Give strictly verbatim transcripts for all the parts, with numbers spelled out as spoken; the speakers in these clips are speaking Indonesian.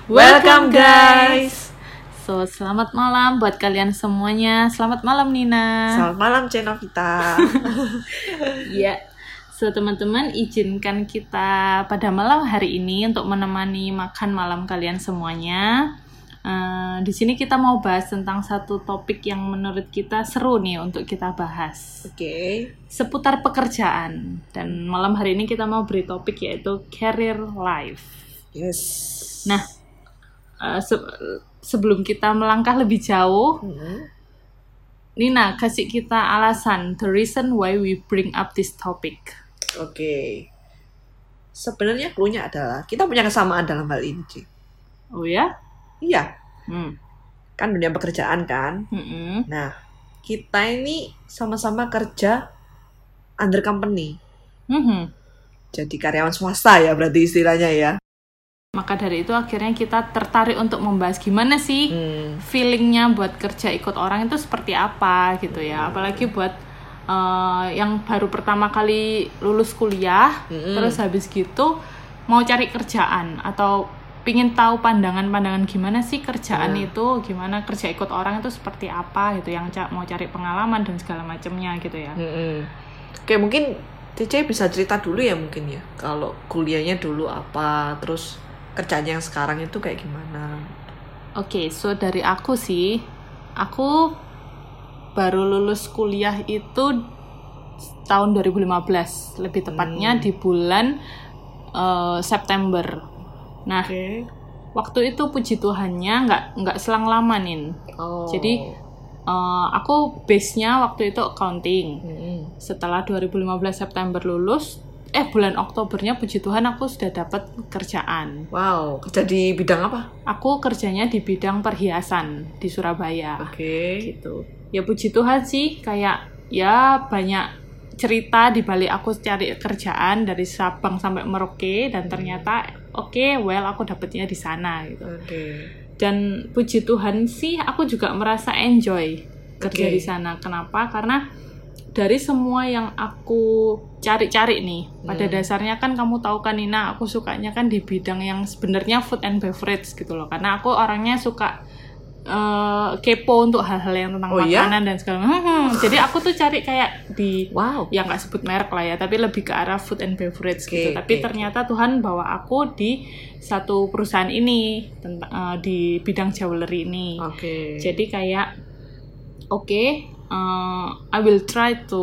Welcome guys. So, selamat malam buat kalian semuanya. Selamat malam Nina. Selamat malam Cenovita. Ya. So, teman-teman, izinkan kita pada malam hari ini untuk menemani makan malam kalian semuanya. Uh, di sini kita mau bahas tentang satu topik yang menurut kita seru nih untuk kita bahas. Oke. Okay. Seputar pekerjaan. Dan malam hari ini kita mau beri topik yaitu career life. Yes. Nah, uh, se- sebelum kita melangkah lebih jauh, mm-hmm. Nina kasih kita alasan, the reason why we bring up this topic. Oke. Okay. Sebenarnya clue-nya adalah kita punya kesamaan dalam hal ini, Ci. Oh ya? Iya. Hmm. Kan dunia pekerjaan kan. Mm-hmm. Nah, kita ini sama-sama kerja under company. Mm-hmm. Jadi karyawan swasta ya berarti istilahnya ya. Maka dari itu akhirnya kita tertarik untuk membahas gimana sih hmm. feelingnya buat kerja ikut orang itu seperti apa gitu ya. Hmm. Apalagi buat uh, yang baru pertama kali lulus kuliah, hmm. terus habis gitu mau cari kerjaan atau pingin tahu pandangan-pandangan gimana sih kerjaan hmm. itu, gimana kerja ikut orang itu seperti apa gitu, yang ca- mau cari pengalaman dan segala macamnya gitu ya. Hmm. Oke, mungkin Cece bisa cerita dulu ya mungkin ya, kalau kuliahnya dulu apa, terus kerjanya yang sekarang itu kayak gimana? Oke, okay, so dari aku sih, aku baru lulus kuliah itu tahun dua ribu lima belas, lebih tepatnya hmm. di bulan uh, September. Nah, okay. waktu itu puji Tuhannya nggak nggak selang lama nih. Oh. Jadi uh, aku base-nya waktu itu accounting. Hmm. Setelah dua ribu lima belas September lulus, eh bulan Oktobernya puji Tuhan aku sudah dapat kerjaan. Wow, kerja di bidang apa? Aku kerjanya di bidang perhiasan di Surabaya. Oke. Okay. Gitu. Ya puji Tuhan sih, kayak ya banyak cerita di balik aku cari kerjaan dari Sabang sampai Merauke dan ternyata oke, okay, well aku dapetnya di sana gitu. Oke. Okay. Dan puji Tuhan sih aku juga merasa enjoy kerja okay. di sana. Kenapa? Karena dari semua yang aku cari-cari nih, pada hmm. dasarnya kan kamu tahu kan Nina, aku sukanya kan di bidang yang sebenarnya food and beverage gitu loh. Karena aku orangnya suka uh, kepo untuk hal-hal yang tentang oh, makanan iya? dan segala macam. Hmm, jadi aku tuh cari kayak di, wow. ya nggak sebut merek lah ya, tapi lebih ke arah food and beverage okay, gitu. Tapi okay, ternyata Tuhan bawa aku di satu perusahaan ini tentang uh, di bidang jewelry ini. Okay. Jadi kayak oke. Okay, Uh, I will try to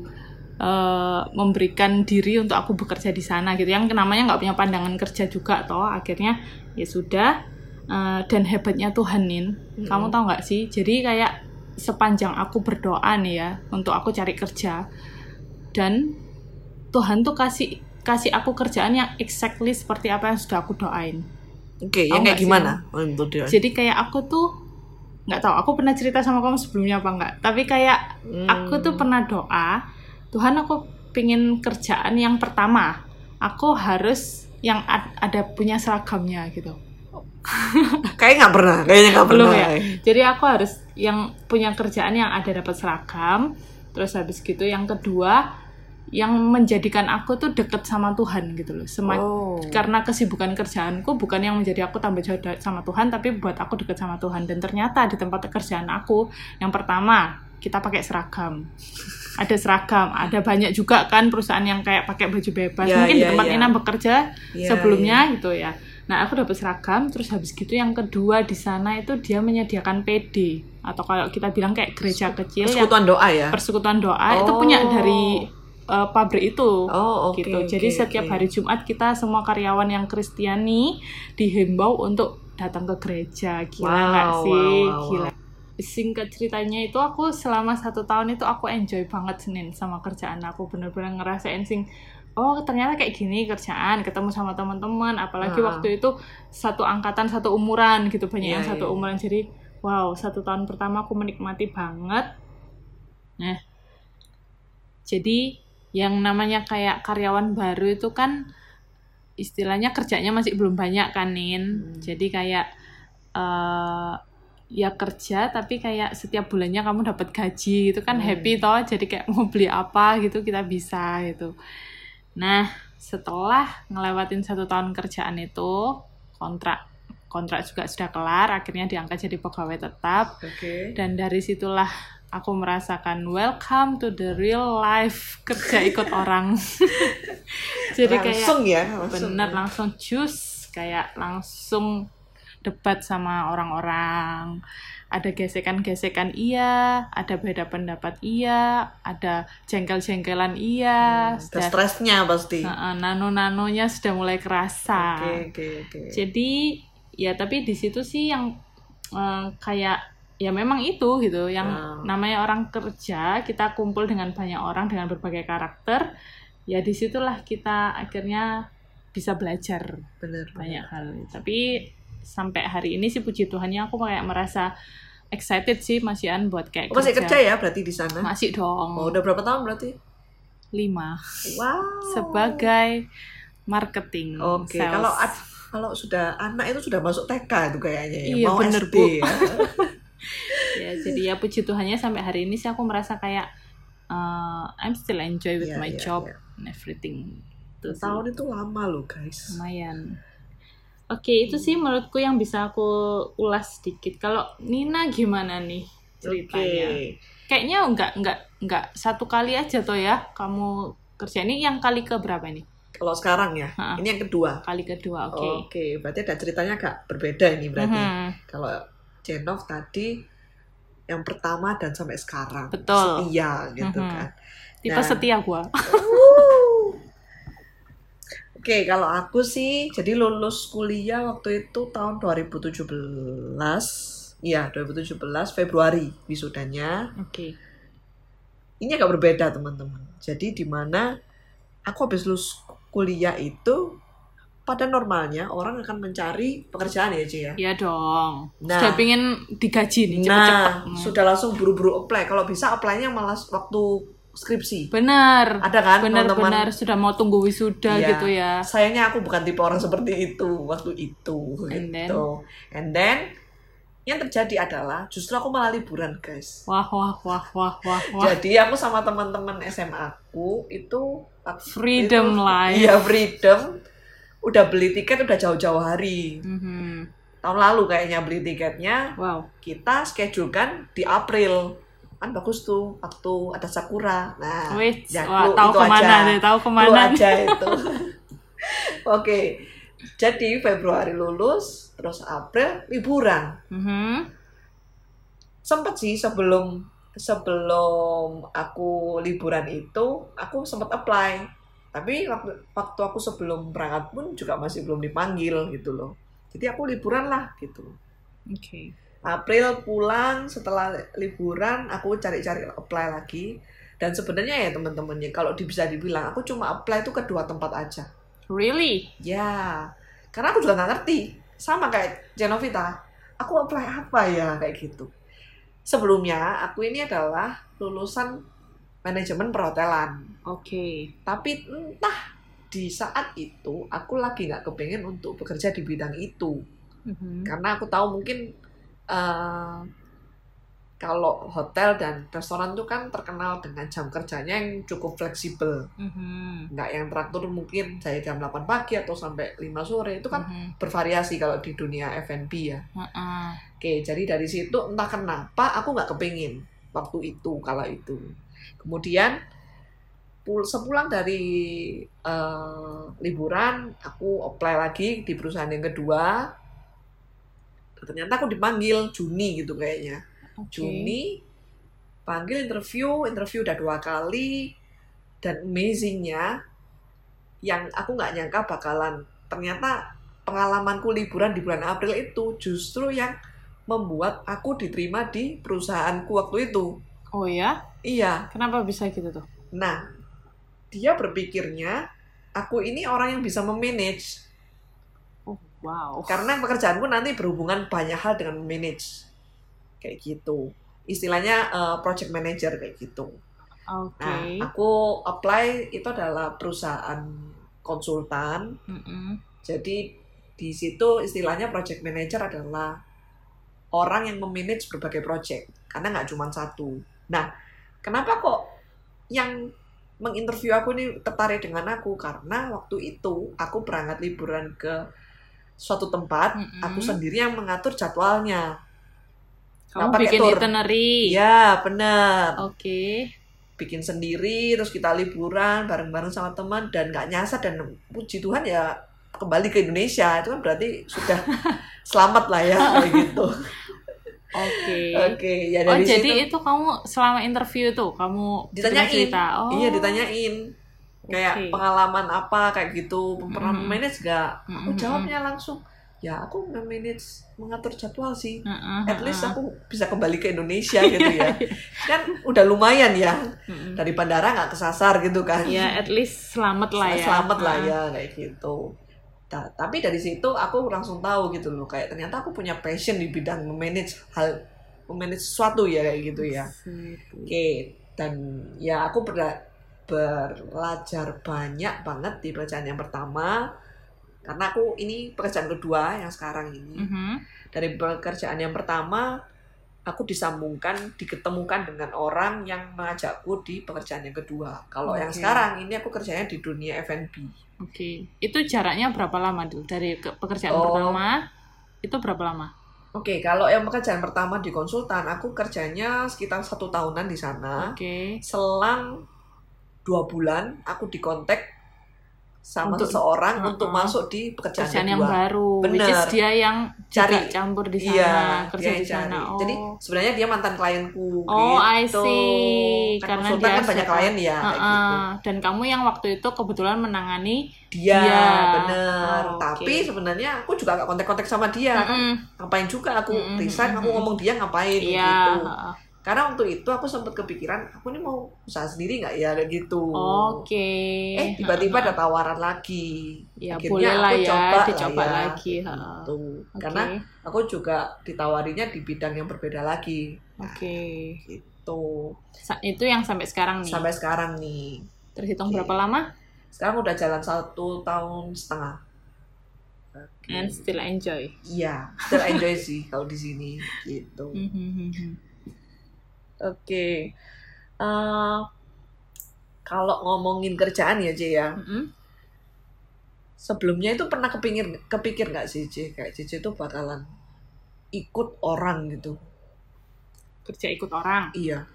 uh, memberikan diri untuk aku bekerja di sana gitu. Yang namanya nggak punya pandangan kerja juga toh. Akhirnya ya sudah. Uh, dan hebatnya Tuhan nih, mm-hmm. kamu tahu nggak sih? Jadi kayak sepanjang aku berdoa nih ya untuk aku cari kerja, dan Tuhan tuh kasih kasih aku kerjaan yang exactly seperti apa yang sudah aku doain. Oke, okay, yang kayak gimana? Sih? Jadi kayak aku tuh nggak tahu, aku pernah cerita sama kamu sebelumnya apa enggak, tapi kayak hmm. aku tuh pernah doa, Tuhan aku pingin kerjaan yang pertama aku harus yang ad- ada punya seragamnya gitu. Kayak nggak pernah, kayaknya nggak pernah. Belum ya. Jadi aku harus yang punya kerjaan yang ada dapat seragam, terus habis gitu yang kedua yang menjadikan aku tuh deket sama Tuhan gitu loh. Sem- oh. Karena kesibukan kerjaanku bukan yang menjadi aku tambah jauh sama Tuhan, tapi buat aku deket sama Tuhan. Dan ternyata di tempat kerjaan aku, yang pertama kita pakai seragam. Ada seragam, ada banyak juga kan perusahaan yang kayak pakai baju bebas. Yeah, Mungkin yeah, di tempat yeah. Nina bekerja yeah, sebelumnya yeah. gitu ya. Nah aku dapat seragam, terus habis gitu yang kedua di sana itu dia menyediakan P D, atau kalau kita bilang kayak gereja kecil. Persekutuan doa ya? Persekutuan doa, oh. itu punya dari Uh, pabrik itu, oh, okay, gitu. Jadi okay, setiap okay. hari Jumat kita semua karyawan yang Kristiani dihimbau untuk datang ke gereja. Gila nggak wow, sih? Wow, wow, Gila. Wow. Singkat ceritanya itu aku selama satu tahun itu aku enjoy banget Senin sama kerjaan aku, bener-bener ngerasain sing. Oh ternyata kayak gini kerjaan, ketemu sama teman-teman. Apalagi uh. waktu itu satu angkatan satu umuran gitu, banyak yeah, yang satu yeah. umuran. Jadi wow, satu tahun pertama aku menikmati banget. Nah, jadi yang namanya kayak karyawan baru itu kan istilahnya kerjanya masih belum banyak kan Nin. Hmm. Jadi kayak uh, ya kerja tapi kayak setiap bulannya kamu dapat gaji gitu kan, hmm. happy toh. Jadi kayak mau beli apa gitu kita bisa gitu. Nah setelah ngelewatin satu tahun kerjaan itu, kontrak kontrak juga sudah kelar, akhirnya diangkat jadi pegawai tetap. Oke. Dan dari situlah aku merasakan welcome to the real life kerja ikut orang. Jadi langsung kayak ya, langsung bener ya. langsung cus, kayak langsung debat sama orang-orang. Ada gesekan-gesekan iya, ada beda pendapat iya, ada jengkel-jengkelan iya. Hmm, ada stresnya pasti. Nah, nano-nanonya sudah mulai kerasa. Oke, oke, oke. Jadi ya tapi di situ sih yang eh, kayak ya memang itu gitu, yang Wow. namanya orang kerja, kita kumpul dengan banyak orang dengan berbagai karakter, ya disitulah kita akhirnya bisa belajar Bener. banyak hal. Tapi sampai hari ini sih puji Tuhannya aku kayak merasa excited sih Mas Ian buat kayak Oh, masih kerja ya berarti di sana? Masih dong. Oh, udah berapa tahun berarti? Lima. Wow. Sebagai marketing. Oke, sales. kalau ad- kalau sudah anak itu sudah masuk T K itu kayaknya ya. Iya, Mau bener, S D Bu. ya. Ya, jadi ya puji Tuhannya sampai hari ini sih aku merasa kayak uh, I'm still enjoy with Iya, my iya, job iya. and everything. Itu sih. Tahun itu lama loh, guys. Lumayan. Oke, itu sih menurutku yang bisa aku ulas sedikit. Kalau Nina gimana nih ceritanya? Oke. Kayaknya enggak enggak enggak satu kali aja toh ya kamu kerja ini, yang kali ke berapa ini? Kalau sekarang ya, Ha-ha. ini yang kedua. Kali kedua, oke. Oke, berarti ada ceritanya agak berbeda ini berarti. Mhm. Kalau Jenov tadi yang pertama dan sampai sekarang Betul. setia gitu Mhm. kan. Tipe Dan- setia gua. Oke, kalau aku sih jadi lulus kuliah waktu itu tahun dua ribu tujuh belas. Iya, dua ribu tujuh belas Februari wisudanya. Oke. Ini agak berbeda, teman-teman. Jadi di mana aku habis lulus kuliah itu pada normalnya orang akan mencari pekerjaan ya, Ci ya. Iya dong. Nah. Sudah pengen digaji nih cepet-cepet. Nah, sudah langsung buru-buru apply. Kalau bisa apply-nya malah waktu skripsi. Benar. Ada kan teman-teman? Benar-benar sudah mau tunggu wisuda Iya. gitu ya. Sayangnya aku bukan tipe orang seperti itu waktu itu And then? gitu. And then yang terjadi adalah justru aku malah liburan, guys. Wah wah wah wah wah wah. Jadi aku sama teman-teman S M A aku itu Freedom itu, life. Iya, freedom. Udah beli tiket udah jauh-jauh hari. Mhm. Tahun lalu kayaknya beli tiketnya. Wow. Kita schedule kan di April. Kan bagus tuh waktu ada sakura. Nah, Wih, ya, wah, clue, tahu itu kemana aja. deh, tahu Clue kemana. aja itu. Oke. Jadi Februari lulus, terus April liburan. Mhm. Sempet sih sebelum sebelum aku liburan itu, aku sempat apply. Tapi waktu, waktu aku sebelum berangkat pun juga masih belum dipanggil gitu loh. Jadi aku liburan lah gitu. Oke. April pulang, setelah liburan aku cari-cari apply lagi. Dan sebenarnya ya teman-teman ya, kalau di- bisa dibilang aku cuma apply itu ke dua tempat aja. Really? Ya, karena aku juga nggak ngerti. Sama kayak Genovita, aku apply apa ya kayak gitu. Sebelumnya aku ini adalah lulusan manajemen perhotelan. Oke. Tapi entah di saat itu aku lagi nggak kepengen untuk bekerja di bidang itu. Mhm. Karena aku tahu mungkin eh, kalau hotel dan restoran itu kan terkenal dengan jam kerjanya yang cukup fleksibel. Mhm. Nggak yang teratur, mungkin saya jam delapan pagi atau sampai lima sore. Itu kan Mhm. bervariasi kalau di dunia F and B ya. Heeh. Oke, jadi dari situ entah kenapa aku nggak kepingin waktu itu, kala itu. Kemudian pul- sepulang dari eh, liburan, aku apply lagi di perusahaan yang kedua. Ternyata aku dipanggil Juni gitu kayaknya. Oke. Juni, panggil interview, interview udah dua kali. Dan amazingnya, yang aku nggak nyangka bakalan, ternyata pengalamanku liburan di bulan April itu justru yang membuat aku diterima di perusahaanku waktu itu. Oh ya? Iya, Kenapa bisa gitu tuh? nah dia berpikirnya aku ini orang yang bisa memanage. Oh, wow. Karena pekerjaanku nanti berhubungan banyak hal dengan manage. Kayak gitu. Istilahnya uh, project manager kayak gitu. Oke. Nah, aku apply itu adalah perusahaan konsultan. Mm-mm. Jadi di situ istilahnya project manager adalah orang yang memanage berbagai project. Karena nggak cuma satu. Nah, kenapa kok yang menginterview aku ini tertarik dengan aku? Karena waktu itu aku berangkat liburan ke suatu tempat, Mm-mm. aku sendiri yang mengatur jadwalnya. Kamu Nggak pakai bikin tour. itinerary. Ya, benar. Oke. Bikin sendiri, terus kita liburan bareng-bareng sama teman dan nggak nyasar, dan puji Tuhan ya kembali ke Indonesia. Itu kan berarti sudah selamat lah ya kayak gitu. Oke. Oke, ya Oh dari jadi situ itu kamu selama interview tuh kamu ditanyain. cerita. Oh. Iya, ditanyain. Kayak Oke. pengalaman apa kayak gitu, pernah Mm-mm. manage gak? Aku Mm-mm. jawabnya langsung, ya aku manage mengatur jadwal sih. Uh-uh, At least uh-uh. aku bisa kembali ke Indonesia gitu ya. Kan udah lumayan ya. Mm-mm. Dari bandara nggak kesasar gitu kan. Ya at least selamat lah ya. Selamat lah Uh-uh. ya kayak gitu. Nah, tapi dari situ aku langsung tahu gitu loh, kayak ternyata aku punya passion di bidang memanage hal, memanage sesuatu ya kayak gitu ya. Oke, dan ya aku ber- belajar banyak banget di pekerjaan yang pertama, karena aku ini pekerjaan kedua yang sekarang ini. Mhm. Dari pekerjaan yang pertama aku disambungkan, diketemukan dengan orang yang mengajakku di pekerjaan yang kedua. Kalau yang Oke. sekarang ini aku kerjanya di dunia F and B. Oke, itu jaraknya berapa lama dulu dari ke- pekerjaan Oh. pertama? Itu berapa lama? Oke, kalau yang pekerjaan pertama di konsultan, aku kerjanya sekitar satu tahunan di sana. Oke. Selang dua bulan, aku dikontak sama Untuk- seseorang uh-uh. untuk masuk di pekerjaan, Pekerjaan kedua. yang baru, which Bener. is dia yang Cari. juga campur di sana, Iya, kerja dia di yang sana. cari. Oh. Jadi sebenarnya dia mantan klienku. Oh, I gitu. see. Kan Karena konsultan dia kan banyak suka- klien ya, kayak Uh-uh. gitu. Dan kamu yang waktu itu kebetulan menangani Dia, Dia. bener. Oh, Tapi oke. sebenarnya aku juga gak kontak-kontak sama dia. Mm-mm. Ngapain juga aku Mm-mm, resign, aku mm-mm. ngomong dia ngapain Iya. gitu. uh-uh. Karena waktu itu aku sempat kepikiran, aku ini mau usaha sendiri nggak ya kayak gitu. Oke. Eh tiba-tiba Uh-uh. ada tawaran lagi. Ya Akhirnya boleh lah aku ya, coba lah dicoba ya, lagi. ha. gitu. Oke. Karena aku juga ditawarinya di bidang yang berbeda lagi. Oke. Gitu. Sa- Itu yang sampai sekarang nih. Sampai sekarang nih. Terhitung Oke. berapa lama? Sekarang udah jalan satu tahun setengah. Oke. And still enjoy. Iya, still enjoy sih kalau di sini gitu. Mhm. Oke. Eh, kalau ngomongin kerjaan ya, C ya. Mhm. Sebelumnya itu pernah kepikir kepikir nggak sih, C, kayak C itu bakalan ikut orang gitu. Kerja ikut orang. Iya.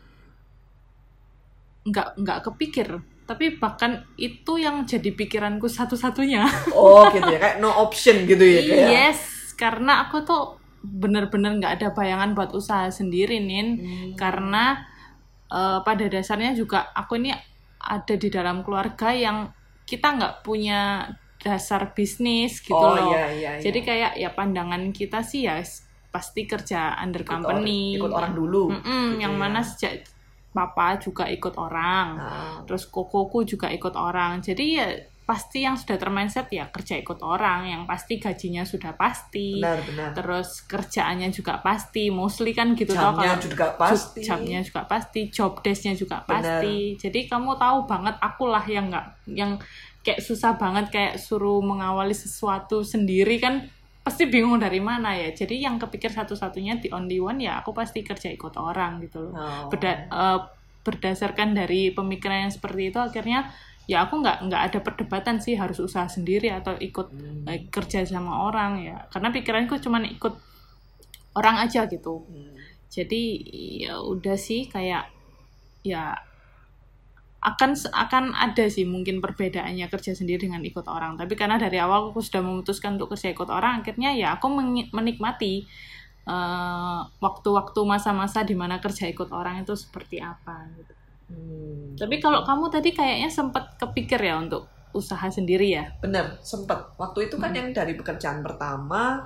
Nggak nggak kepikir. Tapi bahkan itu yang jadi pikiranku satu-satunya. Oh, gitu ya. Kayak no option gitu ya kayak. Yes, karena aku tuh bener-bener nggak ada bayangan buat usaha sendiri, Nin. Hmm. Karena eh, pada dasarnya juga aku ini ada di dalam keluarga yang kita nggak punya dasar bisnis gitu Oh, loh. iya, iya, iya. Jadi kayak ya pandangan kita sih ya s- pasti kerja under Ikut company. orang- ikut orang dulu. Mm-mm, gitu yang ya. mana sejak papa juga ikut orang. Nah, Terus kokoku juga ikut orang. Jadi ya pasti yang sudah termindset ya kerja ikut orang, yang pasti gajinya sudah pasti. benar, benar. Terus kerjaannya juga pasti, mostly kan gitu tau Jamnya kalau juga pasti. jamnya juga pasti, job desk-nya juga Benar. pasti. Jadi kamu tahu banget akulah yang nggak, yang kayak susah banget kayak suruh mengawali sesuatu sendiri kan pasti bingung dari mana ya. Jadi yang kepikir satu-satunya the only one ya aku pasti kerja ikut orang gitu loh. Oh. Berda- eh, berdasarkan dari pemikiran yang seperti itu akhirnya ya aku nggak nggak ada perdebatan sih harus usaha sendiri atau ikut Hmm. eh, kerja sama orang ya, karena pikiranku cuma ikut orang aja gitu. Hmm. Jadi ya udah sih kayak ya akan akan ada sih mungkin perbedaannya kerja sendiri dengan ikut orang, tapi karena dari awal aku sudah memutuskan untuk kerja ikut orang, akhirnya ya aku meng- menikmati eh, waktu-waktu masa-masa di mana kerja ikut orang itu seperti apa gitu. Hmm. Tapi kalau kamu tadi kayaknya sempat kepikir ya untuk usaha sendiri ya? Bener, sempet. Waktu itu kan Hmm. yang dari pekerjaan pertama,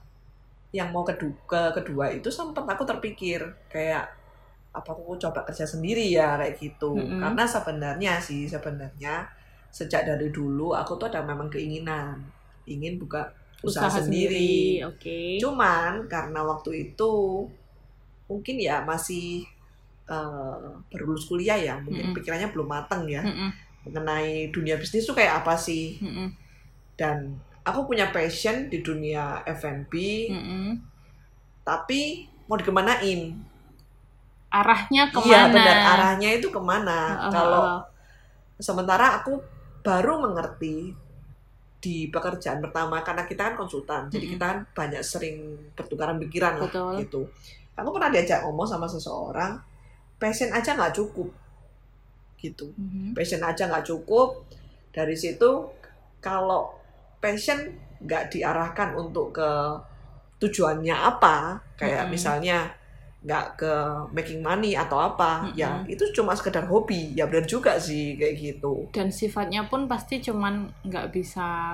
yang mau kedua, ke kedua itu sempet aku terpikir kayak apa aku coba kerja sendiri ya kayak gitu. Mm-mm. Karena sebenarnya sih sebenarnya sejak dari dulu aku tuh ada memang keinginan ingin buka usaha, sendiri. Oke. Cuman karena waktu itu mungkin ya masih eh, baru lulus kuliah ya, mungkin Mm-mm. pikirannya belum mateng ya Mm-mm. mengenai dunia bisnis itu kayak apa sih. Mm-mm. Dan aku punya passion di dunia F and B, Mm-mm. tapi mau dikemanain? Arahnya Iya kemana? benar, arahnya itu kemana? Uh, uh, Kalau uh. sementara aku baru mengerti di pekerjaan pertama, karena kita kan konsultan, mm-hmm. jadi kita kan banyak sering bertukaran pikiran lah. Betul. Gitu. Aku pernah diajak ngomong sama seseorang, passion aja nggak cukup, gitu. Mm-hmm. Passion aja nggak cukup. Dari situ kalau passion nggak diarahkan untuk ke tujuannya apa, kayak mm-hmm. misalnya nggak ke making money atau apa, mm-hmm. ya itu cuma sekedar hobi, ya benar juga sih kayak gitu. Dan sifatnya pun pasti cuman nggak bisa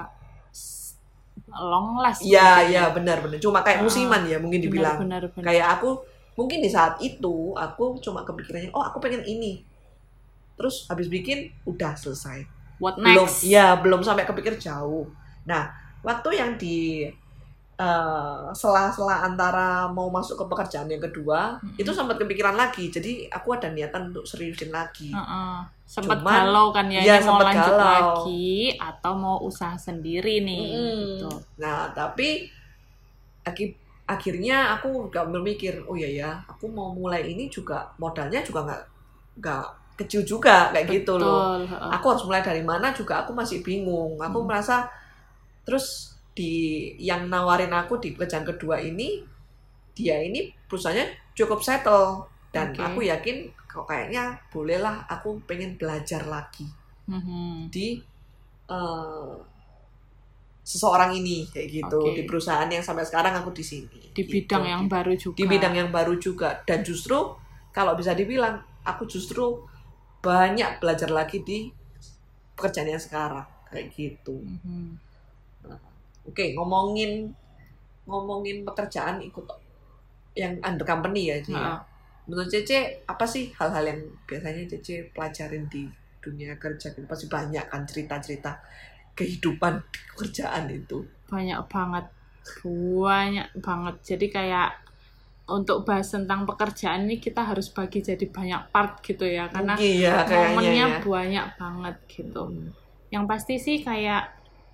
long last. Iya, iya benar-benar. Cuma kayak musiman uh, ya mungkin dibilang. Benar, benar, benar. Kayak aku mungkin di saat itu aku cuma kepikirannya, oh aku pengen ini. Terus habis bikin udah selesai. What belum, next? Ya belum sampai kepikir jauh. Nah waktu yang di Uh, sela-sela antara mau masuk ke pekerjaan yang kedua, mm-hmm. itu sempat kepikiran lagi. Jadi aku ada niatan untuk seriusin lagi. Uh-uh. Sempat galau kan ya, ya mau lanjut galau. lagi atau mau usaha sendiri nih. Mm-hmm. Gitu. Nah tapi akib- akhirnya aku gak berpikir, oh iya ya, aku mau mulai ini juga modalnya juga nggak nggak kecil juga kayak Betul. gitu loh. Uh-uh. Aku harus mulai dari mana juga aku masih bingung. Aku mm. merasa terus di yang nawarin aku di pekerjaan kedua ini, dia ini perusahaannya cukup settle dan okay. aku yakin kok kayaknya bolehlah aku pengen belajar lagi mm-hmm. di uh, seseorang ini kayak gitu okay. di perusahaan yang sampai sekarang aku di sini di gitu. bidang yang di, baru juga di bidang yang baru juga dan justru kalau bisa dibilang aku justru banyak belajar lagi di pekerjaan yang sekarang kayak gitu. Mm-hmm. Oke, okay, ngomongin ngomongin pekerjaan ikut yang under company ya, Ci. Nah. Menurut Cece, apa sih hal-hal yang biasanya Cece pelajarin di dunia kerja? Pasti banyak kan cerita-cerita kehidupan di pekerjaan itu. Banyak banget, banyak banget. Jadi kayak untuk bahas tentang pekerjaan ini kita harus bagi jadi banyak part gitu ya, karena iya, momennya ya. banyak banget gitu. Hmm. Yang pasti sih kayak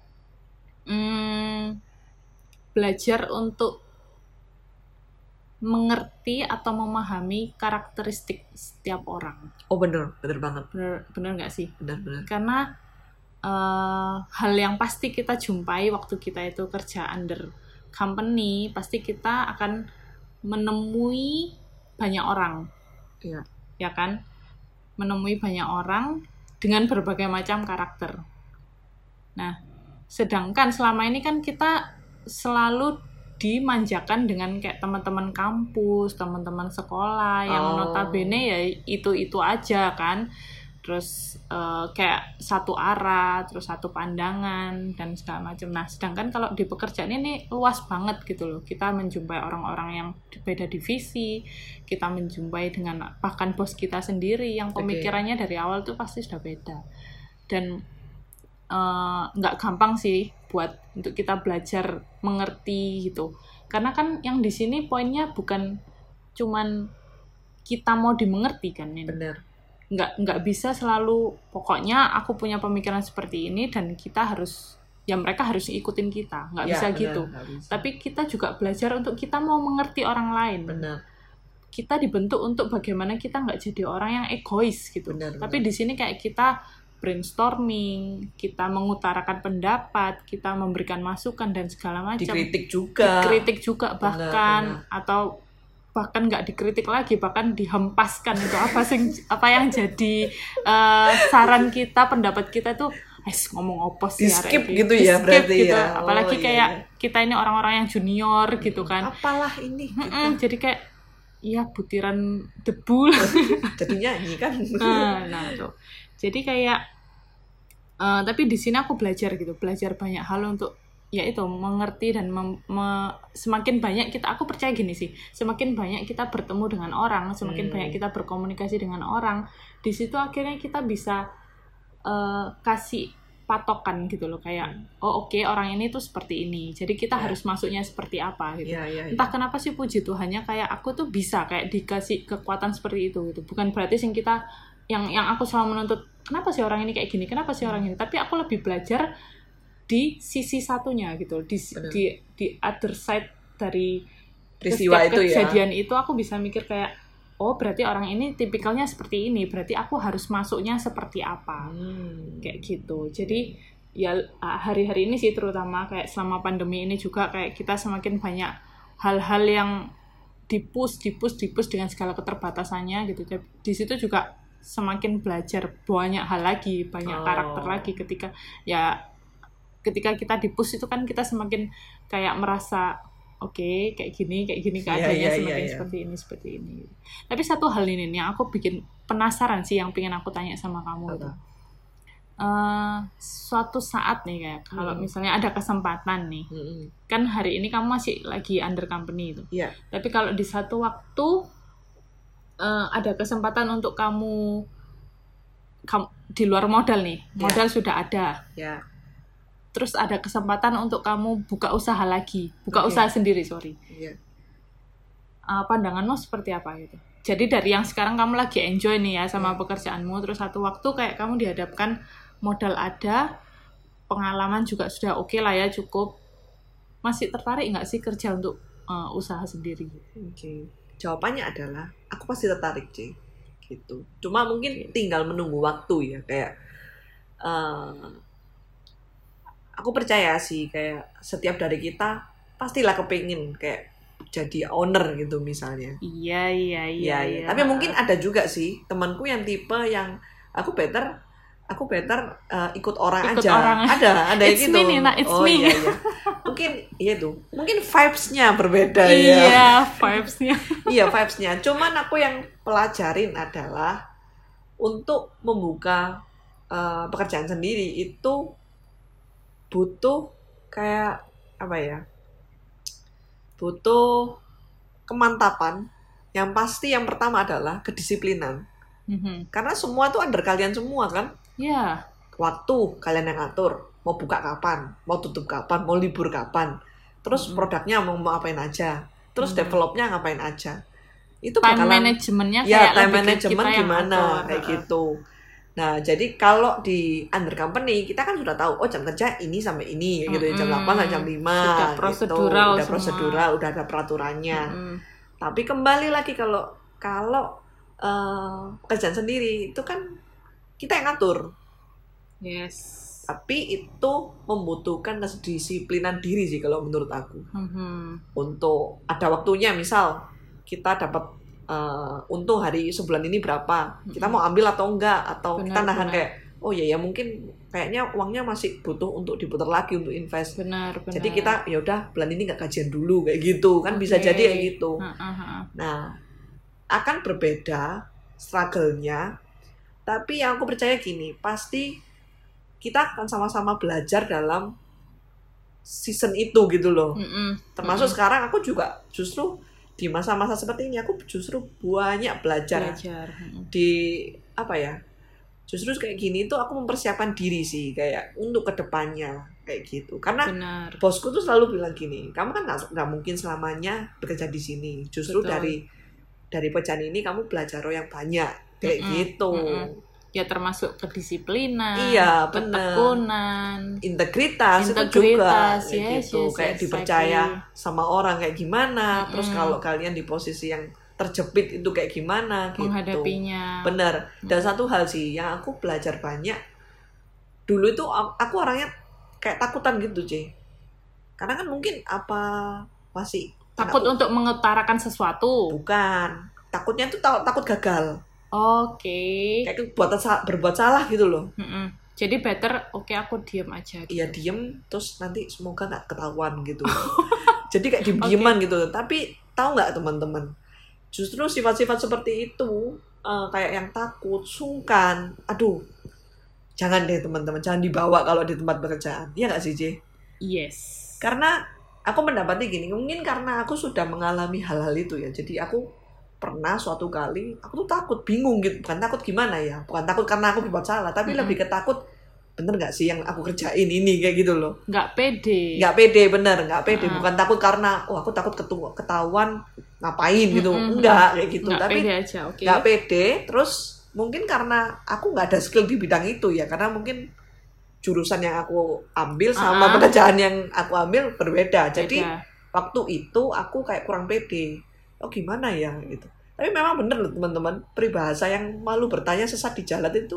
Hmm, belajar untuk mengerti atau memahami karakteristik setiap orang. Oh bener, bener banget. Bener, bener nggak sih? Bener, bener. Karena uh, hal yang pasti kita jumpai waktu kita itu kerja under company, pasti kita akan menemui banyak orang. Iya. Ya kan? Menemui banyak orang dengan berbagai macam karakter. Nah, sedangkan selama ini kan kita selalu dimanjakan dengan kayak teman-teman kampus, teman-teman sekolah yang oh. notabene ya itu-itu aja kan. Terus uh, kayak satu arah, terus satu pandangan dan segala macam. Nah, sedangkan kalau di pekerjaan ini luas banget gitu loh. Kita menjumpai orang-orang yang beda divisi, kita menjumpai dengan bahkan bos kita sendiri yang pemikirannya okay. dari awal tuh pasti sudah beda. Dan nggak uh, gampang sih buat untuk kita belajar mengerti gitu, karena kan yang di sini poinnya bukan cuman kita mau dimengerti kan ini. Bener. nggak nggak bisa selalu pokoknya aku punya pemikiran seperti ini dan kita harus ya mereka harus ikutin kita, nggak ya, bisa bener, gitu bisa. Tapi kita juga belajar untuk kita mau mengerti orang lain. Bener. Kita dibentuk untuk bagaimana kita nggak jadi orang yang egois gitu. Bener, tapi bener. Di sini kayak kita brainstorming, kita mengutarakan pendapat, kita memberikan masukan dan segala macam. Dikritik juga. Dikritik juga bahkan benar, benar. Atau bahkan nggak dikritik lagi, bahkan dihempaskan itu apa sih apa yang jadi uh, saran kita, pendapat kita tuh, es ngomong apa sih? Di skip gitu ya berarti gitu. Ya. Apalagi oh, kayak iya. kita ini orang-orang yang junior hmm, gitu kan. Apalah ini. Gitu. Jadi kayak ya butiran debu. Jadi nyanyi kan. Nah, nah tuh. Jadi kayak Uh, tapi di sini aku belajar gitu, belajar banyak hal untuk ya itu mengerti dan mem, me, semakin banyak kita, aku percaya gini sih, semakin banyak kita bertemu dengan orang, semakin hmm. banyak kita berkomunikasi dengan orang, di situ akhirnya kita bisa uh, kasih patokan gitu loh, kayak oh oke okay, orang ini tuh seperti ini, jadi kita yeah. harus masuknya seperti apa gitu. Yeah, yeah, yeah. Entah kenapa sih puji Tuhannya kayak aku tuh bisa kayak dikasih kekuatan seperti itu gitu, bukan berarti sing kita yang yang aku selalu menuntut kenapa sih orang ini kayak gini, kenapa sih orang ini, tapi aku lebih belajar di sisi satunya gitu, di Bener. di di other side dari peristiwa itu ya. Kejadian itu aku bisa mikir kayak oh berarti orang ini tipikalnya seperti ini, berarti aku harus masuknya seperti apa. Hmm. Kayak gitu. Jadi ya hari-hari ini sih terutama kayak selama pandemi ini juga kayak kita semakin banyak hal-hal yang dipush, dipush, dipush dengan segala keterbatasannya gitu. Di situ juga semakin belajar banyak hal lagi, banyak Oh. karakter lagi ketika ya ketika kita dipush itu kan kita semakin kayak merasa oke okay, kayak gini kayak gini keadaannya Iya, iya, semakin iya, iya. seperti ini seperti ini. Tapi satu hal ini nih yang aku bikin penasaran sih yang pengen aku tanya sama kamu Apa? itu. Uh, suatu saat nih kayak kalau Hmm. misalnya ada kesempatan nih, Mm-mm. kan hari ini kamu masih lagi under company itu. Iya. Tapi kalau di satu waktu uh, ada kesempatan untuk kamu, kamu di luar modal nih, Iya. modal sudah ada. Ya. Terus ada kesempatan untuk kamu buka usaha lagi, buka Oke. usaha sendiri, sorry. Iya. Uh, pandanganmu seperti apa gitu? Jadi dari yang sekarang kamu lagi enjoy nih ya sama Iya. pekerjaanmu, terus satu waktu kayak kamu dihadapkan modal ada, pengalaman juga sudah oke lah ya, cukup. Masih tertarik nggak sih kerja untuk uh, usaha sendiri? Oke. Jawabannya adalah aku pasti tertarik, C. Gitu. Cuma mungkin tinggal menunggu waktu ya, kayak uh, aku percaya sih kayak setiap dari kita pastilah kepingin kayak jadi owner gitu misalnya. Iya, iya, iya. Ya, ya. Tapi mungkin ada juga sih temanku yang tipe yang aku better aku better uh, ikut orang Ikut aja. orang. Ada, ada It's gitu. me, Nina, it's oh me. iya iya. Mungkin iya tuh. Mungkin vibes-nya berbeda ya. Iya, vibes-nya. Iya, vibes-nya. Cuman aku yang pelajarin adalah untuk membuka uh, pekerjaan sendiri itu butuh kayak apa ya? Butuh kemantapan. Yang pasti yang pertama adalah kedisiplinan. Mhm. Karena semua tuh under kalian semua kan. Iya. Waktu kalian yang ngatur. Mau buka kapan, mau tutup kapan, mau libur kapan. Terus Mhm. produknya mau mau apain aja. Terus Mhm. developnya ngapain aja. Itu Time bakalan managementnya ya kayak time lebih ke management kita yang gimana atur. kayak gitu. Nah, jadi kalau di under company kita kan sudah tahu oh jam kerja ini sampai ini kayak gitu, jam Mm-mm. delapan sampai jam lima Sudah gitu. prosedural Udah semua. prosedural, udah ada peraturannya. Mm-mm. Tapi kembali lagi kalau kalau uh, pekerjaan sendiri itu kan kita yang ngatur. Yes. Tapi itu membutuhkan kedisiplinan diri sih kalau menurut aku. Mhm. Untuk ada waktunya, misal kita dapat uh, untung hari sebulan ini berapa, kita mau ambil atau enggak, atau Benar, kita nahan benar. kayak oh iya ya mungkin kayaknya uangnya masih butuh untuk diputar lagi untuk invest. Benar, benar. Jadi kita ya udah bulan ini nggak gajian dulu kayak gitu kan. Bisa Oke. jadi kayak gitu. Ha-ha-ha. Nah, akan berbeda struggle-nya. Tapi yang aku percaya gini, pasti kita akan sama-sama belajar dalam season itu gitu loh. Mm-mm. Termasuk Mm-mm. sekarang aku juga justru di masa-masa seperti ini aku justru banyak belajar Belajar. Mm-mm. di apa ya? Justru kayak gini tuh aku mempersiapkan diri sih kayak untuk kedepannya kayak gitu. Karena Benar. bosku tuh selalu bilang gini, kamu kan nggak nggak mungkin selamanya bekerja di sini. Justru Betul. dari dari pekerjaan ini kamu belajar yang banyak kayak Mm-mm. gitu. Mm-mm. Ya termasuk kedisiplinan, Iya, benar. ketekunan, Integritas, itu juga Integritas, kayak yes, gitu. yes, Kayak yes, dipercaya exactly. sama orang kayak gimana. Terus Mm-mm. kalau kalian di posisi yang terjepit itu kayak gimana gitu. menghadapinya. Bener. Dan Mm. satu hal sih yang aku belajar banyak. Dulu itu aku orangnya kayak takutan gitu, C. Karena kan mungkin apa masih Takut aku- untuk mengutarakan sesuatu. bukan. Takutnya tuh takut, takut gagal. Oke. Kayak buat berbuat salah gitu loh. Mm-mm. Jadi better, oke aku diem aja. Gitu. Iya diem, terus nanti semoga nggak ketahuan gitu. Jadi kayak diem-dieman gitu. Tapi tahu nggak teman-teman? Justru sifat-sifat seperti itu uh, kayak yang takut, sungkan. Aduh, jangan deh teman-teman, jangan dibawa kalau di tempat pekerjaan. Iya nggak sih, J? Yes. Karena aku mendapati gini, mungkin karena aku sudah mengalami hal-hal itu ya. Jadi aku pernah suatu kali, aku tuh takut, bingung gitu. Bukan takut gimana ya, bukan takut karena aku berbuat salah, tapi Mm-mm. lebih ke takut, bener nggak sih yang aku kerjain ini, kayak gitu loh. Nggak pede. Nggak pede, bener, nggak pede. Uh-uh. Bukan takut karena, oh aku takut ketu- ketahuan, ngapain gitu. Mm-mm. Enggak, kayak gitu. Nggak Tapi pede aja, oke. nggak pede, terus mungkin karena aku nggak ada skill di bidang itu ya, karena mungkin jurusan yang aku ambil sama Uh-uh. pekerjaan yang aku ambil berbeda. Jadi Beda. waktu itu aku kayak kurang pede. Oh gimana ya gitu. Tapi memang bener loh teman-teman, peribahasa yang malu bertanya sesat di jalan itu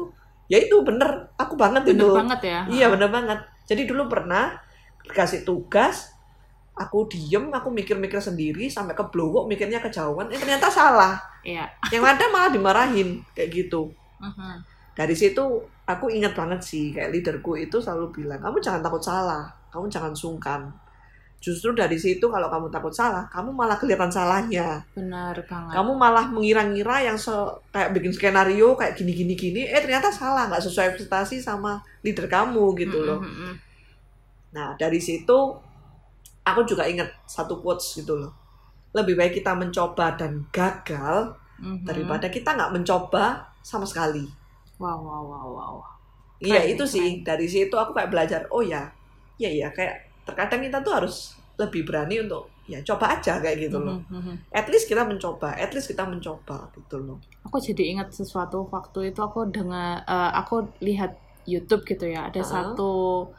Ya itu bener, aku banget Bener itu. banget ya. Iya bener banget. Jadi dulu pernah dikasih tugas, aku diem, aku mikir-mikir sendiri sampai keblowok, mikirnya kejauhan, eh ternyata salah. Iya. Yang ada malah dimarahin kayak gitu. Uh-huh. Dari situ aku ingat banget sih, kayak leaderku itu selalu bilang, kamu jangan takut salah, kamu jangan sungkan. Justru dari situ kalau kamu takut salah, kamu malah kelihatan salahnya. Benar banget. Kamu malah mengira-ngira yang se- kayak bikin skenario kayak gini-gini gini, eh ternyata salah, nggak sesuai ekspektasi sama leader kamu gitu loh. Mm-mm. Nah dari situ aku juga ingat satu quotes gitu loh. Lebih baik kita mencoba dan gagal Mhm. daripada kita nggak mencoba sama sekali. Wow, wow, wow, wow. Iya Keren, itu keren. sih, dari situ aku kayak belajar, oh ya, iya ya kayak terkadang kita tuh harus lebih berani untuk ya coba aja kayak gitu loh. Mhm, mhm. At least kita mencoba, at least kita mencoba gitu loh. Aku jadi ingat sesuatu waktu itu aku dengar eh, aku lihat YouTube gitu ya, ada Uh-huh. satu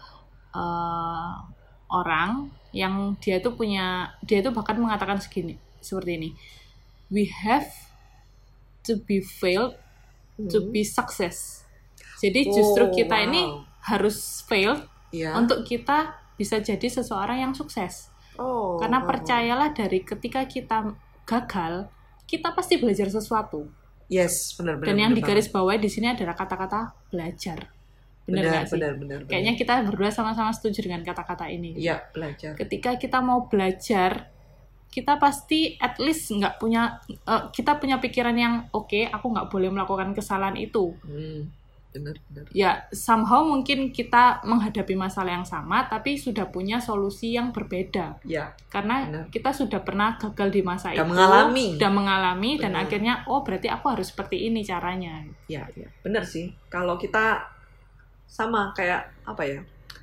eh, orang yang dia tuh punya dia tuh bahkan mengatakan segini seperti ini, we have to be failed to Hmm. be success. Jadi justru Oh, kita wow. ini harus fail Iya. untuk kita bisa jadi seseorang yang sukses. Oh, Karena oh. percayalah dari ketika kita gagal, kita pasti belajar sesuatu. Yes, benar-benar. Dan yang digarisbawahi di sini adalah kata-kata belajar. Benar nggak sih? Benar-benar. Kayaknya kita berdua sama-sama setuju dengan kata-kata ini. Iya, belajar. Ketika kita mau belajar, kita pasti at least nggak punya, uh, kita punya pikiran yang oke, okay, aku nggak boleh melakukan kesalahan itu. Hmm, benar-benar. Ya, somehow mungkin kita menghadapi masalah yang sama, tapi sudah punya solusi yang berbeda. Ya. Karena Benar. kita sudah pernah gagal di masa Dan itu, mengalami. dan mengalami, dan Benar. akhirnya, oh berarti aku harus seperti ini caranya. Ya, ya. Benar sih. Kalau kita sama kayak apa ya?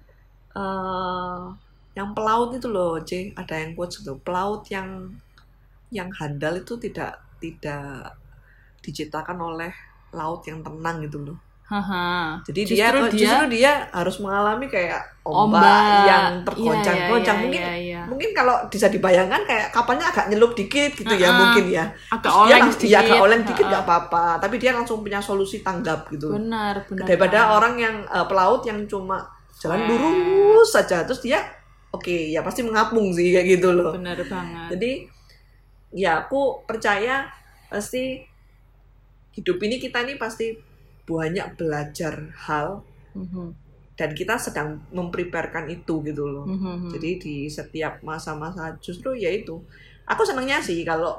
Uh, yang pelaut itu loh, C, ada yang quotes gitu. Pelaut yang yang handal itu tidak tidak diciptakan oleh laut yang tenang gitu loh. Haha. Jadi Justru dia, dia justru dia harus mengalami kayak ombak, ombak yang tergoncang-goncang. Iya, iya, mungkin iya, iya. mungkin kalau bisa dibayangkan kayak kapalnya agak nyelup dikit gitu ya Uh-uh. mungkin ya. agak Terus dia oleng langsung, dikit. ya agak oleng dikit Uh-uh. nggak apa-apa. Tapi dia langsung punya solusi tanggap gitu. Benar, benar. Daripada banget. orang yang uh, pelaut yang cuma jalan Weh. lurus saja terus dia oke okay, ya pasti mengapung sih kayak gitu loh. Benar banget. Jadi ya aku percaya pasti hidup ini kita ini pasti banyak belajar hal Mhm. dan kita sedang mempreparekan itu gitu loh. Mhm. Jadi di setiap masa-masa justru ya itu. Aku senangnya sih kalau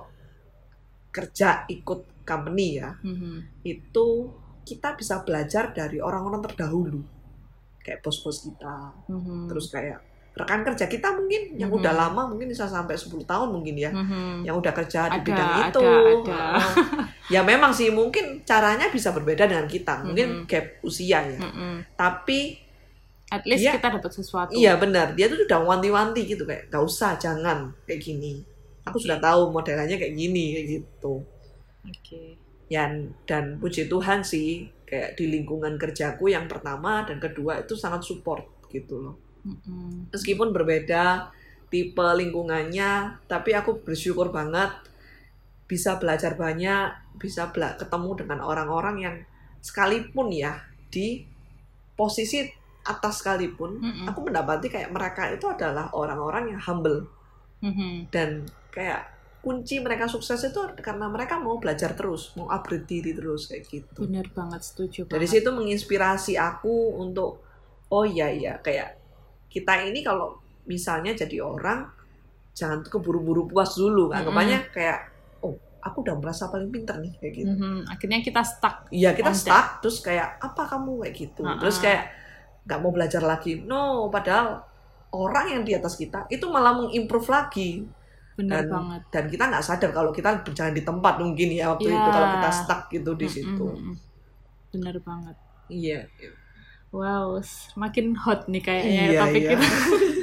kerja ikut company ya. Mhm. Itu kita bisa belajar dari orang-orang terdahulu. Kayak bos-bos kita. Mhm. Terus kayak rekan kerja kita mungkin yang Mhm. udah lama mungkin bisa sampai sepuluh tahun mungkin ya. Mhm. Yang udah kerja di Ada, bidang ada, itu. ada. Ya memang sih mungkin caranya bisa berbeda dengan kita. Mungkin Mhm. gap usia ya. Mhm. Tapi At least Dia- kita dapat sesuatu. iya benar, dia tuh udah wanti-wanti gitu kayak gak usah, jangan kayak gini. Aku sudah tahu modelannya kayak gini kayak gitu. Oke. Dan dan puji Tuhan sih kayak di lingkungan kerjaku yang pertama dan kedua itu sangat support gitu loh. Mhm. Meskipun berbeda tipe lingkungannya, tapi aku bersyukur banget bisa belajar banyak, bisa bela- ketemu dengan orang-orang yang sekalipun ya di posisi atas sekalipun, Mm-mm. aku mendapati kayak mereka itu adalah orang-orang yang humble Mhm. dan kayak kunci mereka sukses itu karena mereka mau belajar terus, mau upgrade diri terus kayak gitu. Benar banget, setuju Dari banget. situ menginspirasi aku untuk oh iya iya kayak kita ini kalau misalnya jadi orang jangan keburu-buru puas dulu, anggapannya kayak oh aku udah merasa paling pintar nih kayak gitu. Mhm. Akhirnya kita stuck. Iya kita On stuck terus kayak apa kamu kayak gitu, Uh-uh. terus kayak nggak mau belajar lagi. No, padahal orang yang di atas kita itu malah mengimprove lagi. Benar Dan, banget. dan kita nggak sadar kalau kita berjalan di tempat mungkin ya waktu Ya. itu kalau kita stuck gitu di Mm-mm, situ. mm-mm. Benar banget. Iya. Wow, semakin hot nih kayaknya Iya, topik iya. kita.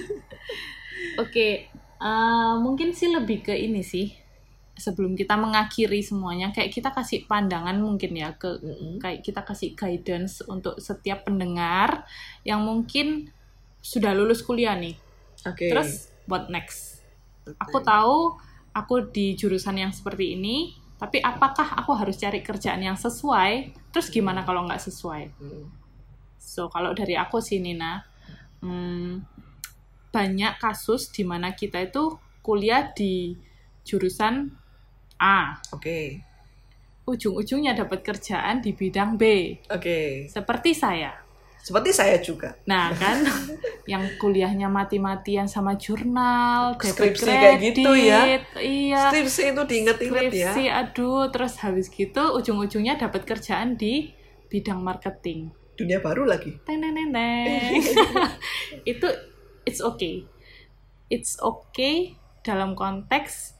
Oke, eh, mungkin sih lebih ke ini sih. Sebelum kita mengakhiri semuanya, kayak kita kasih pandangan mungkin ya ke Mm-mm. kayak kita kasih guidance untuk setiap pendengar yang mungkin sudah lulus kuliah nih. Oke. Terus what next? Aku tahu aku di jurusan yang seperti ini, Tapi apakah aku harus cari kerjaan yang sesuai? Terus gimana kalau nggak sesuai? Hmm. So, kalau dari aku sih, Nina, hmm, banyak kasus di mana kita itu kuliah di jurusan A. Oke. Okay. Ujung-ujungnya dapat kerjaan di bidang B. Oke. Okay. Seperti saya. Seperti saya juga. Nah kan, yang kuliahnya mati-matian sama jurnal, skripsi kayak gitu ya. Iya. Skripsi itu diinget-inget ya. Skripsi, aduh, terus habis gitu ujung-ujungnya dapat kerjaan di bidang marketing. Dunia baru lagi. Teng teng teng teng. Itu it's okay. It's okay dalam konteks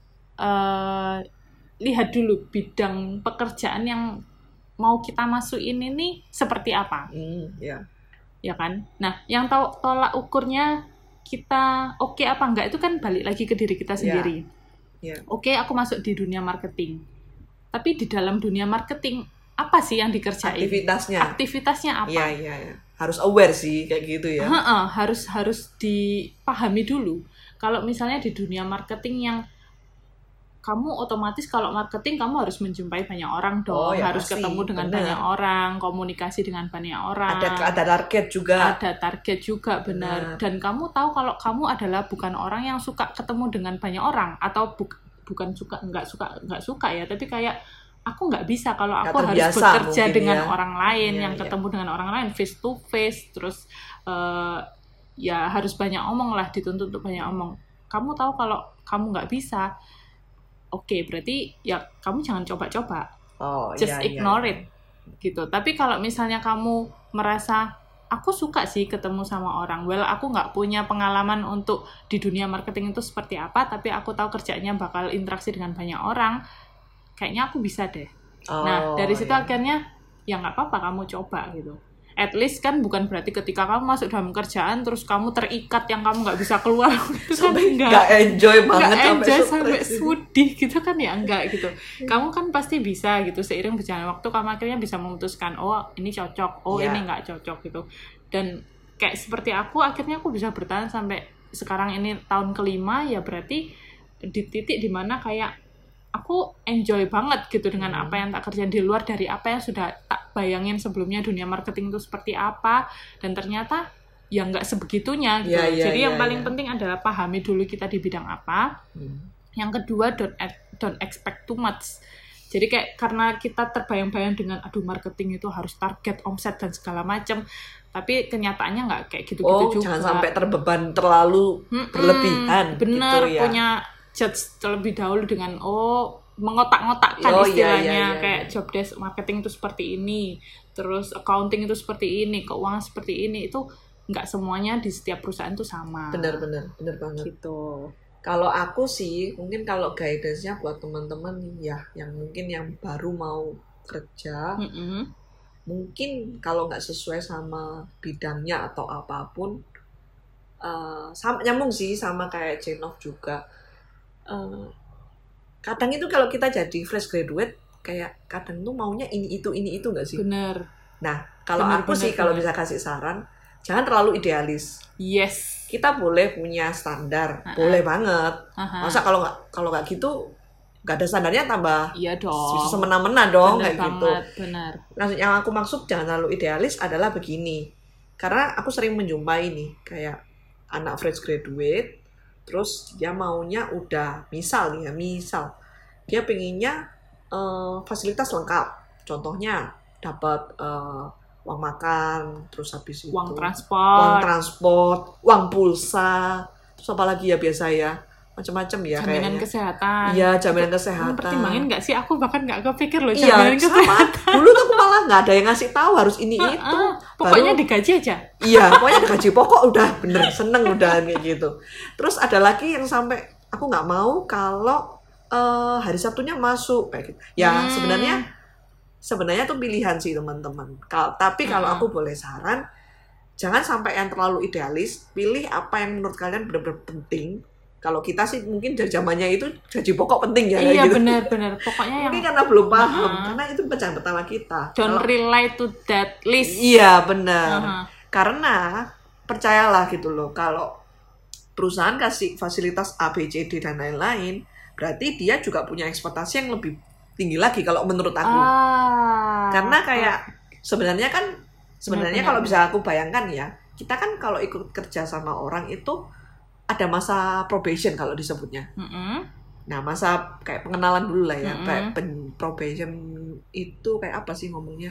uh, lihat dulu bidang pekerjaan yang mau kita masukin ini seperti apa, mm, yeah. ya kan? Nah, yang tahu tolak ukurnya kita oke okay apa enggak itu kan balik lagi ke diri kita sendiri. Yeah. Yeah. Oke, okay, aku masuk di dunia marketing, tapi di dalam dunia marketing apa sih yang dikerjain? Aktivitasnya. Aktivitasnya apa? Iya, iya, iya. Harus aware sih kayak gitu ya. Ha-ha, harus harus dipahami dulu. Kalau misalnya di dunia marketing yang kamu otomatis kalau marketing kamu harus menjumpai banyak orang dong, oh, ya harus pasti. Ketemu dengan bener. Banyak orang, komunikasi dengan banyak orang. Ada ada target juga. Ada target juga benar. benar. Dan kamu tahu kalau kamu adalah bukan orang yang suka ketemu dengan banyak orang atau bu- bukan suka nggak suka nggak suka ya, tapi kayak aku nggak bisa kalau aku harus bekerja dengan ya. Orang lain ya, yang ya. Ketemu dengan orang lain face to face, terus uh, ya harus banyak omong lah, dituntut untuk banyak omong. Kamu tahu kalau kamu nggak bisa. Oke, okay, berarti ya kamu jangan coba-coba, oh, just iya, ignore iya. it, gitu. Tapi kalau misalnya kamu merasa, aku suka sih ketemu sama orang, well aku nggak punya pengalaman untuk di dunia marketing itu seperti apa, tapi aku tahu kerjanya bakal interaksi dengan banyak orang, kayaknya aku bisa deh. Oh, nah, dari situ iya. Akhirnya, ya nggak apa-apa kamu coba gitu. At least kan bukan berarti ketika kamu masuk dalam kerjaan terus kamu terikat yang kamu nggak bisa keluar gitu kan enggak. Nggak enjoy banget nggak enjoy sampai sudih gitu kan ya enggak gitu. Kamu kan pasti bisa gitu seiring berjalan waktu kamu akhirnya bisa memutuskan oh ini cocok, oh yeah. ini nggak cocok gitu. Dan kayak seperti aku akhirnya aku bisa bertahan sampai sekarang ini tahun kelima ya berarti di titik dimana kayak aku enjoy banget gitu dengan hmm. apa yang tak kerjain di luar dari apa yang sudah tak bayangin sebelumnya dunia marketing itu seperti apa dan ternyata ya nggak sebegitunya gitu. Yeah, yeah, Jadi yeah, yang paling yeah. penting adalah pahami dulu kita di bidang apa. Hmm. Yang kedua don't don't expect too much. Jadi kayak karena kita terbayang-bayang dengan aduh marketing itu harus target omset dan segala macam. Tapi kenyataannya nggak kayak gitu-gitu oh, juga. Oh jangan sampai terbeban terlalu hmm, berlebihan. Bener gitu ya. Punya judge terlebih dahulu dengan oh mengotak-ngotakkan oh, istilahnya iya, iya, iya, kayak iya. Job desk marketing itu seperti ini, terus accounting itu seperti ini, keuangan seperti ini, itu nggak semuanya di setiap perusahaan itu sama. Benar-benar, benar banget. Gitu. Kalau aku sih mungkin kalau guidance-nya buat teman-teman ya, yang mungkin yang baru mau kerja, mm-hmm. mungkin kalau nggak sesuai sama bidangnya atau apapun, uh, sama, nyambung sih sama kayak Jenov juga. Uh, kadang itu kalau kita jadi fresh graduate kayak kadang tuh maunya ini itu ini itu nggak sih? Bener. Nah kalau bener, aku bener, sih kalau bener. bisa kasih saran jangan terlalu idealis. Yes. Kita boleh punya standar, uh-huh. boleh banget. Uh-huh. Masa kalau nggak kalau nggak gitu nggak ada standarnya tambah. Iya dong. Bisa semena-mena dong bener kayak banget, gitu. Benar. Nah yang aku maksud jangan terlalu idealis adalah begini. Karena aku sering menjumpai nih kayak anak fresh graduate. Terus dia maunya udah, misal nih ya, misal dia pengennya uh, fasilitas lengkap. Contohnya dapat uh, uang makan, terus habis itu uang transport, uang transport, uang pulsa, terus apa lagi ya biasa ya, macam-macam ya jaminan kayaknya. Kesehatan. Iya, jaminan kesehatan. Kamu pertimbangin nggak sih? Aku bahkan nggak kepikir loh iya, jaminan kesehatan. Sama. Dulu tuh aku malah nggak ada yang ngasih tahu harus ini uh, itu. Uh, pokoknya baru, digaji aja. Iya, pokoknya digaji pokok udah bener seneng udah kayak gitu. Terus ada lagi yang sampai aku nggak mau kalau uh, hari Sabtunya masuk kayak gitu. Ya hmm. sebenarnya sebenarnya tuh pilihan sih teman-teman. Kal- tapi kalau hmm. aku boleh saran, jangan sampai yang terlalu idealis. Pilih apa yang menurut kalian benar-benar penting. Kalau kita sih mungkin dari zamannya itu gaji pokok penting ya. Iya gitu. benar-benar. Pokoknya yang mungkin karena belum paham, uh-huh. karena itu pecahan pertama kita. Don't Kalau, rely to that list. Iya benar. Uh-huh. Karena percayalah gitu loh, kalau perusahaan kasih fasilitas A, B, C, D dan lain-lain, berarti dia juga punya ekspektasi yang lebih tinggi lagi kalau menurut aku. Ah, Karena kayak sebenarnya kan sebenarnya Benar, kalau benar. bisa aku bayangkan ya, kita kan kalau ikut kerja sama orang itu ada masa probation kalau disebutnya. Mm-mm. Nah, masa kayak pengenalan dulu lah ya. Mm-mm. Kayak pen- probation itu kayak apa sih ngomongnya?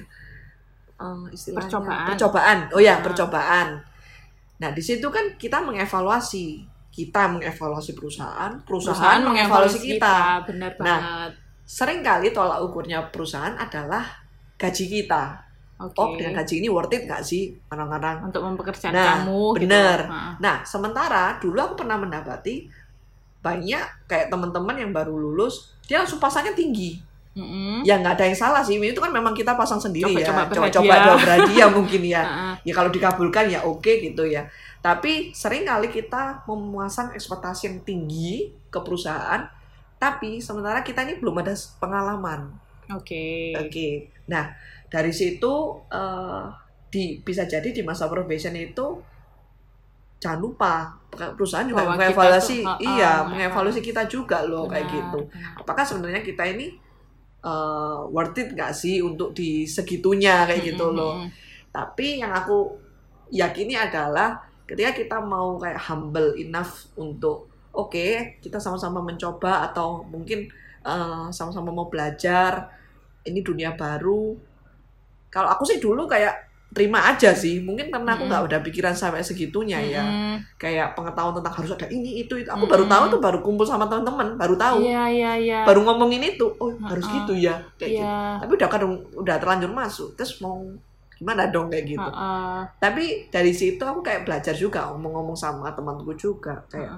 Eh, istilahnya Percobaan. percobaan. Oh ya, Ah. percobaan. Nah, di situ kan kita mengevaluasi, kita mengevaluasi perusahaan, perusahaan, mengevaluasi kita. Benar Nah, banget. Seringkali tolak ukurnya perusahaan adalah gaji kita. Oke. Oh, dengan gaji ini worth it nggak sih kadang-kadang? Untuk mempekerjakan Nah, kamu bener. gitu. Ah. Nah, sementara dulu aku pernah mendapati banyak kayak teman-teman yang baru lulus, dia langsung pasangnya tinggi. Mm-mm. Ya nggak ada yang salah sih, itu kan memang kita pasang sendiri Coba-coba ya, berhadiah. coba-coba berhadiah mungkin ya. Ah. Ya kalau dikabulkan ya oke gitu ya. Tapi sering kali kita memasang ekspektasi yang tinggi ke perusahaan, tapi sementara kita ini belum ada pengalaman. Oke. Oke. Nah, dari situ eh, di bisa jadi di masa probation itu jangan lupa perusahaan juga Bahwa mengevaluasi, kita tuh, uh, iya, uh, mengevaluasi kita juga loh kayak Benar, gitu. benar. Apakah sebenarnya kita ini eh, worth it nggak sih untuk di segitunya kayak gitu Mm-mm, loh. mm-mm. Tapi yang aku yakini adalah ketika kita mau kayak humble enough untuk oke, okay, kita sama-sama mencoba atau mungkin uh, sama-sama mau belajar, ini dunia baru. Kalau aku sih dulu kayak terima aja sih, mungkin karena aku nggak Mm-mm. udah pikiran sampai segitunya ya. Mm-mm. Kayak pengetahuan tentang harus ada ini, itu, itu. Aku Mm-mm. baru tahu tuh, baru kumpul sama teman-teman, baru tahu. Iya, iya, iya. Baru ngomongin itu, oh harus Uh-uh. gitu ya, kayak Iya. gitu. Tapi udah kadang udah terlanjur masuk, terus mau gimana dong kayak gitu. Uh-uh. Tapi dari situ aku kayak belajar juga, ngomong-ngomong sama temanku juga kayak Uh-uh.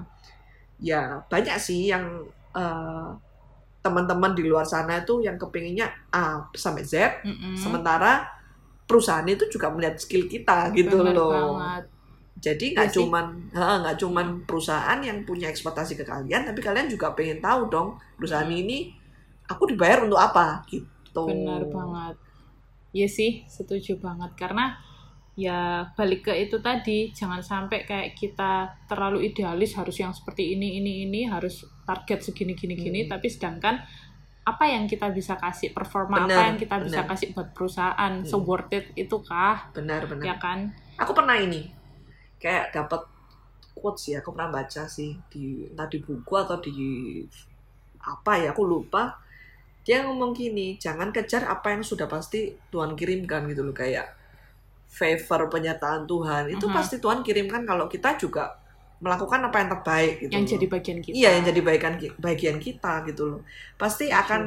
ya banyak sih yang uh, teman-teman di luar sana itu yang kepinginnya A sampai Z, Mm-mm. sementara perusahaan itu juga melihat skill kita gitu Benar loh. banget. Jadi nggak Iya sih. cuman ha, nggak cuman perusahaan yang punya ekspektasi ke kalian, tapi kalian juga pengen tahu dong perusahaan ini aku dibayar untuk apa gitu. Benar banget. Iya sih, setuju banget. Karena ya balik ke itu tadi, jangan sampai kayak kita terlalu idealis harus yang seperti ini, ini, ini, harus target segini, gini, gini, Hmm. tapi sedangkan apa yang kita bisa kasih, performa Benar, apa yang kita bisa benar. kasih buat perusahaan, Hmm. se-worth it itu kah? Benar-benar. Ya kan? Aku pernah ini kayak dapat quotes ya, aku pernah baca sih di entah di buku atau di apa ya, aku lupa. Dia ngomong gini, jangan kejar apa yang sudah pasti Tuhan kirimkan gitu loh, kayak favor penyertaan Tuhan itu Mhm. pasti Tuhan kirimkan kalau kita juga melakukan apa yang terbaik gitu Yang loh. jadi bagian kita. Iya, yang jadi bagian bagian kita gitu loh. Pasti akan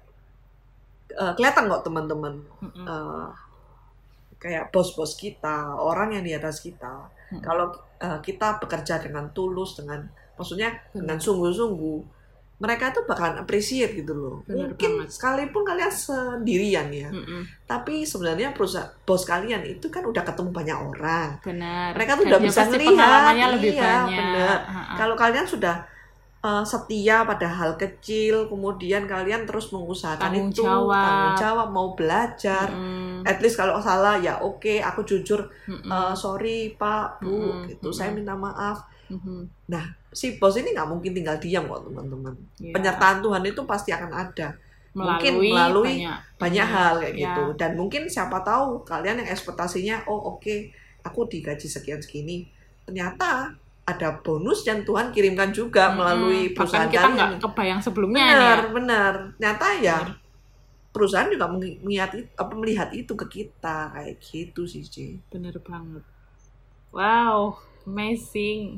uh, kelihatan kok teman-teman. Mm-mm. Uh, kayak bos-bos kita, orang yang di atas kita. Hmm. Kalau uh, kita bekerja dengan tulus, dengan maksudnya Benar. dengan sungguh-sungguh, mereka tuh bakalan appreciate gitu loh. Benar Mungkin banget. sekalipun kalian sendirian ya, Mm-mm. tapi sebenarnya perusahaan bos kalian itu kan udah ketemu banyak orang. Benar. Mereka tuh Dan udah dia bisa pasti ngelihat, pengalamannya lebih iya, banyak. benar. Ha-ha. Kalau kalian sudah uh, setia pada hal kecil, kemudian kalian terus mengusahakan Tanggung itu, jawab. tanggung jawab, mau belajar. Mm-mm. At least kalau salah ya oke, aku jujur, Mm-mm. uh, sorry Pak, Bu, Mm-mm, gitu. mm-mm. Saya minta maaf. Mhm. Si bos ini nggak mungkin tinggal diam kok teman-teman. Ya. Penyertaan Tuhan itu pasti akan ada. Mungkin melalui, melalui banyak, Banyak hal kayak Ya. gitu. Dan mungkin siapa tahu kalian yang ekspektasinya, oh oke, aku digaji sekian segini. Ternyata ada bonus yang Tuhan kirimkan juga Mm-mm. melalui perusahaan Bahkan kita kalian. nggak kebayang sebelumnya Benar, nih ya. benar. Nyata ya Benar. perusahaan juga melihat apa melihat itu ke kita kayak gitu sih, Ci. Bener banget. Wow, amazing.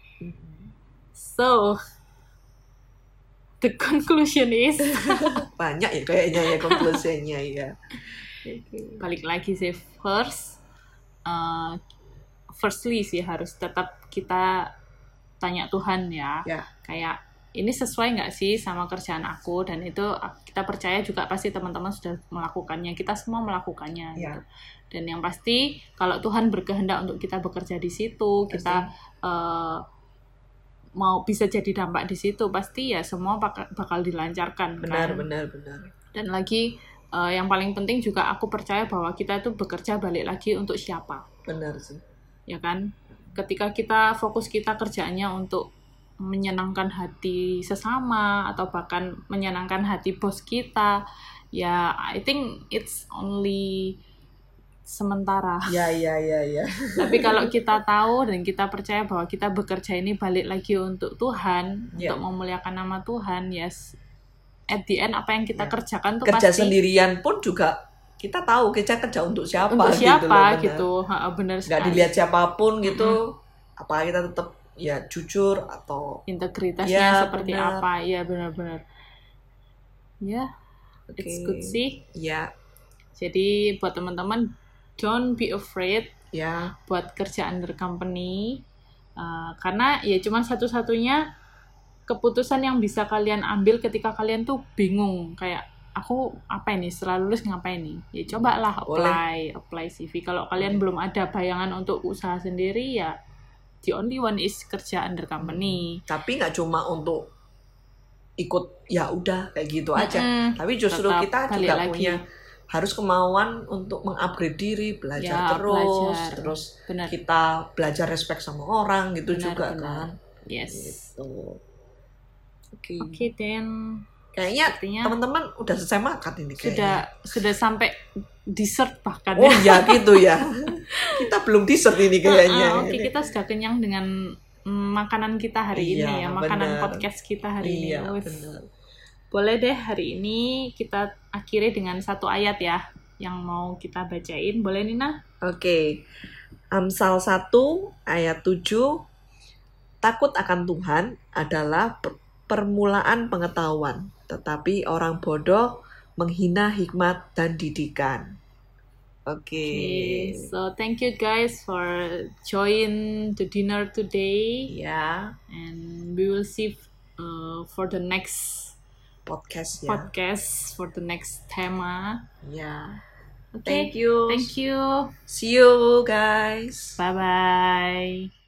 So, the conclusion is Banyak ya kayaknya ya konklusinya ya. balik lagi sih, first uh, firstly sih harus tetap kita tanya Tuhan ya, Ya. kayak ini sesuai nggak sih sama kerjaan aku, dan itu kita percaya juga pasti teman-teman sudah melakukannya, kita semua melakukannya Ya. gitu. Dan yang pasti kalau Tuhan berkehendak untuk kita bekerja di situ, Pasti. kita uh, mau bisa jadi dampak di situ, pasti ya semua bakal, bakal dilancarkan. Benar, kan? benar, benar. Dan lagi uh, yang paling penting juga aku percaya bahwa kita itu bekerja balik lagi untuk siapa, Benar sih. ya kan? Ketika kita fokus kita kerjaannya untuk menyenangkan hati sesama atau bahkan menyenangkan hati bos kita, ya I think it's only sementara. Ya, ya, ya, ya. Tapi kalau kita tahu dan kita percaya bahwa kita bekerja ini balik lagi untuk Tuhan, Ya. untuk memuliakan nama Tuhan, yes, at the end apa yang kita Ya. kerjakan tuh Kerja pasti sendirian pun juga kita tahu kita kerja untuk siapa, untuk siapa gitu. gitu, ha, benar sekali. Nggak dilihat siapapun gitu, Mm-mm. apalagi kita tetap ya jujur atau integritasnya ya, seperti benar. apa, ya benar-benar. Ya, Oke. it's good sih. Ya, Jadi buat teman-teman, don't be afraid ya, buat kerja under company, uh, karena ya cuma satu-satunya keputusan yang bisa kalian ambil ketika kalian tuh bingung kayak aku apa ini setelah lulus ngapain nih, ya cobalah apply Boleh. apply C V. Kalau kalian Boleh. belum ada bayangan untuk usaha sendiri, ya the only one is kerja under company. Tapi nggak cuma untuk ikut ya udah kayak gitu aja, Mm-mm. tapi justru Tetap kita balik juga lagi. punya harus kemauan untuk mengupgrade diri, belajar Ya, terus, belajar. terus Benar. kita belajar respect sama orang gitu Benar, juga benar. kan. Yes. Gitu. Oke. Oke, then Kayaknya sepertinya teman-teman udah selesai makan ini kayaknya. sudah sudah sampai dessert bahkan. Oh ya gitu ya. Kita belum dessert ini kayaknya. Uh, uh, Oke, kita sudah kenyang dengan mm, makanan kita hari Iya, ini ya, makanan benar. podcast kita hari Iya, ini. Wih. benar. Boleh deh hari ini kita akhiri dengan satu ayat ya yang mau kita bacain. Boleh Nina? Oke. Amsal satu ayat tujuh. Takut akan Tuhan adalah per- permulaan pengetahuan, tetapi orang bodoh menghina hikmat dan didikan. Oke. Okay. So thank you guys for join the dinner today, Ya, and we will see uh, for the next podcast ya. podcast for the next tema. Ya. Okay. Thank you. Thank you. See you guys. Bye bye.